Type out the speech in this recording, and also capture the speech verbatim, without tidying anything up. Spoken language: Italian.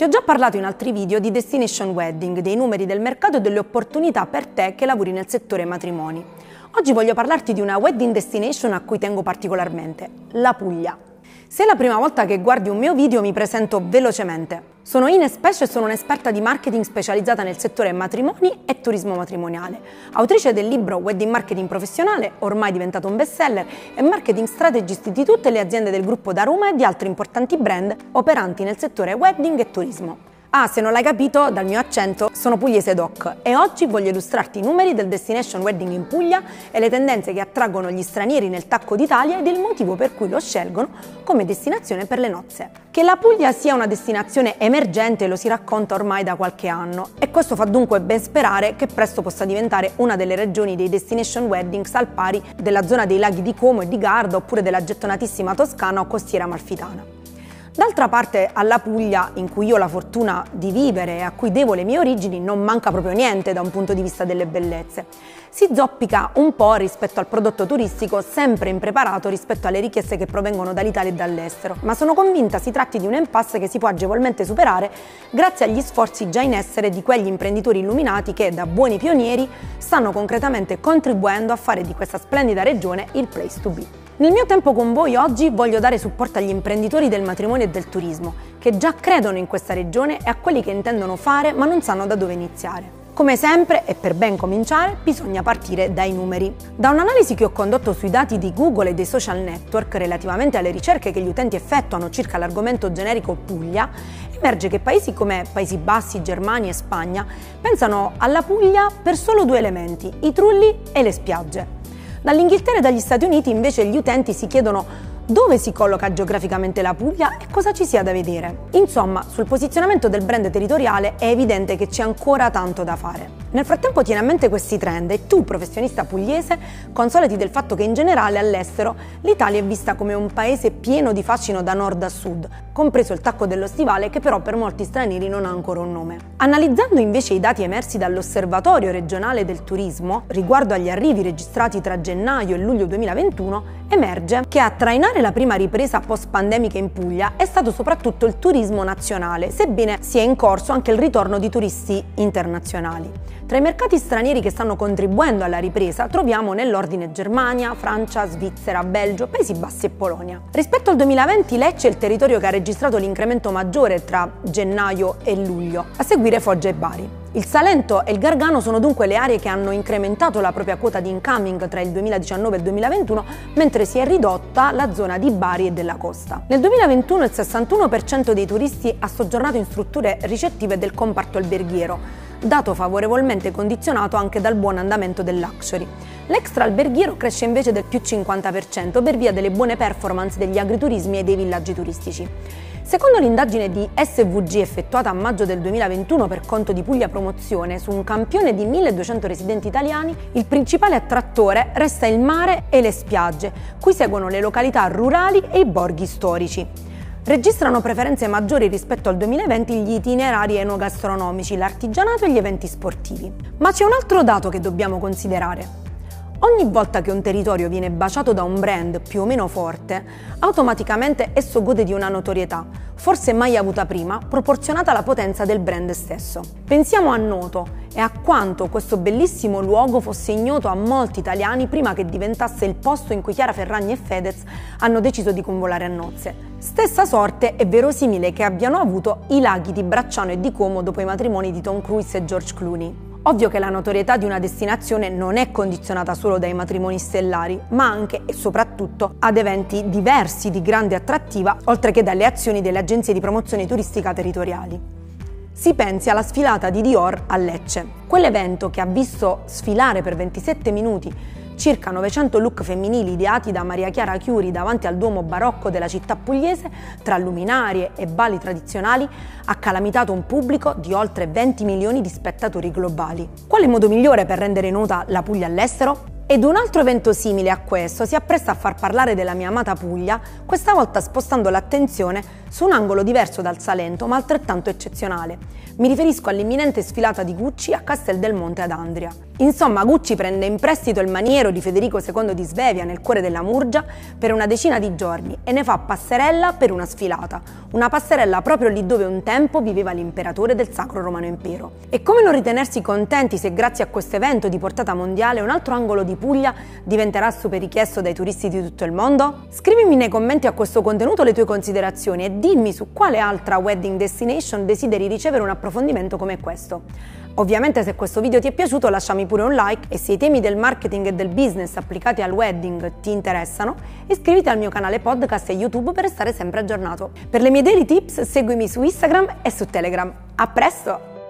Ti ho già parlato in altri video di destination wedding, dei numeri del mercato e delle opportunità per te che lavori nel settore matrimoni. Oggi voglio parlarti di una wedding destination a cui tengo particolarmente, la Puglia. Se è la prima volta che guardi un mio video mi presento velocemente. Sono Ines Pesce e sono un'esperta di marketing specializzata nel settore matrimoni e turismo matrimoniale, autrice del libro Wedding Marketing Professionale, ormai diventato un bestseller, e marketing strategist di tutte le aziende del gruppo Daruma e di altri importanti brand operanti nel settore wedding e turismo. Ah, se non l'hai capito dal mio accento, sono pugliese doc e oggi voglio illustrarti i numeri del destination wedding in Puglia e le tendenze che attraggono gli stranieri nel tacco d'Italia ed il motivo per cui lo scelgono come destinazione per le nozze. Che la Puglia sia una destinazione emergente lo si racconta ormai da qualche anno e questo fa dunque ben sperare che presto possa diventare una delle regioni dei destination weddings al pari della zona dei laghi di Como e di Garda oppure della gettonatissima Toscana o costiera amalfitana. D'altra parte alla Puglia, in cui io ho la fortuna di vivere e a cui devo le mie origini, non manca proprio niente da un punto di vista delle bellezze. Si zoppica un po' rispetto al prodotto turistico, sempre impreparato rispetto alle richieste che provengono dall'Italia e dall'estero, ma sono convinta si tratti di un impasse che si può agevolmente superare grazie agli sforzi già in essere di quegli imprenditori illuminati che, da buoni pionieri, stanno concretamente contribuendo a fare di questa splendida regione il place to be. Nel mio tempo con voi oggi voglio dare supporto agli imprenditori del matrimonio e del turismo, che già credono in questa regione e a quelli che intendono fare ma non sanno da dove iniziare. Come sempre, e per ben cominciare, bisogna partire dai numeri. Da un'analisi che ho condotto sui dati di Google e dei social network relativamente alle ricerche che gli utenti effettuano circa l'argomento generico Puglia, emerge che paesi come Paesi Bassi, Germania e Spagna pensano alla Puglia per solo due elementi, i trulli e le spiagge. Dall'Inghilterra e dagli Stati Uniti invece gli utenti si chiedono dove si colloca geograficamente la Puglia e cosa ci sia da vedere. Insomma, sul posizionamento del brand territoriale è evidente che c'è ancora tanto da fare. Nel frattempo tieni a mente questi trend e tu, professionista pugliese, consolati del fatto che in generale all'estero l'Italia è vista come un paese pieno di fascino da nord a sud, compreso il tacco dello stivale che però per molti stranieri non ha ancora un nome. Analizzando invece i dati emersi dall'Osservatorio regionale del turismo riguardo agli arrivi registrati tra gennaio e luglio duemilaventuno, emerge che a trainare la prima ripresa post-pandemica in Puglia è stato soprattutto il turismo nazionale, sebbene sia in corso anche il ritorno di turisti internazionali. Tra i mercati stranieri che stanno contribuendo alla ripresa troviamo nell'ordine Germania, Francia, Svizzera, Belgio, Paesi Bassi e Polonia. Rispetto al duemilaventi Lecce è il territorio che ha registrato l'incremento maggiore tra gennaio e luglio, a seguire Foggia e Bari. Il Salento e il Gargano sono dunque le aree che hanno incrementato la propria quota di incoming tra il duemiladiciannove e il duemilaventuno, mentre si è ridotta la zona di Bari e della costa. Nel duemilaventuno il sessantuno per cento dei turisti ha soggiornato in strutture ricettive del comparto alberghiero, dato favorevolmente condizionato anche dal buon andamento del luxury. L'extra alberghiero cresce invece del più cinquanta per cento per via delle buone performance degli agriturismi e dei villaggi turistici. Secondo l'indagine di S V G effettuata a maggio del duemilaventuno per conto di Puglia Promozione su un campione di milleduecento residenti italiani, il principale attrattore resta il mare e le spiagge, cui seguono le località rurali e i borghi storici. Registrano preferenze maggiori rispetto al duemilaventi gli itinerari enogastronomici, l'artigianato e gli eventi sportivi. Ma c'è un altro dato che dobbiamo considerare. Ogni volta che un territorio viene baciato da un brand più o meno forte, automaticamente esso gode di una notorietà, forse mai avuta prima, proporzionata alla potenza del brand stesso. Pensiamo a Noto e a quanto questo bellissimo luogo fosse ignoto a molti italiani prima che diventasse il posto in cui Chiara Ferragni e Fedez hanno deciso di convolare a nozze. Stessa sorte è verosimile che abbiano avuto i laghi di Bracciano e di Como dopo i matrimoni di Tom Cruise e George Clooney. Ovvio che la notorietà di una destinazione non è condizionata solo dai matrimoni stellari, ma anche e soprattutto ad eventi diversi di grande attrattiva, oltre che dalle azioni delle agenzie di promozione turistica territoriali. Si pensi alla sfilata di Dior a Lecce, quell'evento che ha visto sfilare per ventisette minuti circa novecento look femminili ideati da Maria Chiara Chiuri davanti al Duomo barocco della città pugliese, tra luminarie e balli tradizionali, ha calamitato un pubblico di oltre venti milioni di spettatori globali. Quale modo migliore per rendere nota la Puglia all'estero? Ed un altro evento simile a questo si appresta a far parlare della mia amata Puglia, questa volta spostando l'attenzione su un angolo diverso dal Salento ma altrettanto eccezionale. Mi riferisco all'imminente sfilata di Gucci a Castel del Monte ad Andria. Insomma, Gucci prende in prestito il maniero di Federico secondo di Svevia nel cuore della Murgia per una decina di giorni e ne fa passerella per una sfilata, una passerella proprio lì dove un tempo viveva l'imperatore del Sacro Romano Impero. E come non ritenersi contenti se grazie a questo evento di portata mondiale un altro angolo di Puglia diventerà super richiesto dai turisti di tutto il mondo? Scrivimi nei commenti a questo contenuto le tue considerazioni e dimmi su quale altra wedding destination desideri ricevere un approfondimento come questo. Ovviamente se questo video ti è piaciuto lasciami pure un like e se i temi del marketing e del business applicati al wedding ti interessano, iscriviti al mio canale podcast e YouTube per restare sempre aggiornato. Per le mie daily tips seguimi su Instagram e su Telegram. A presto!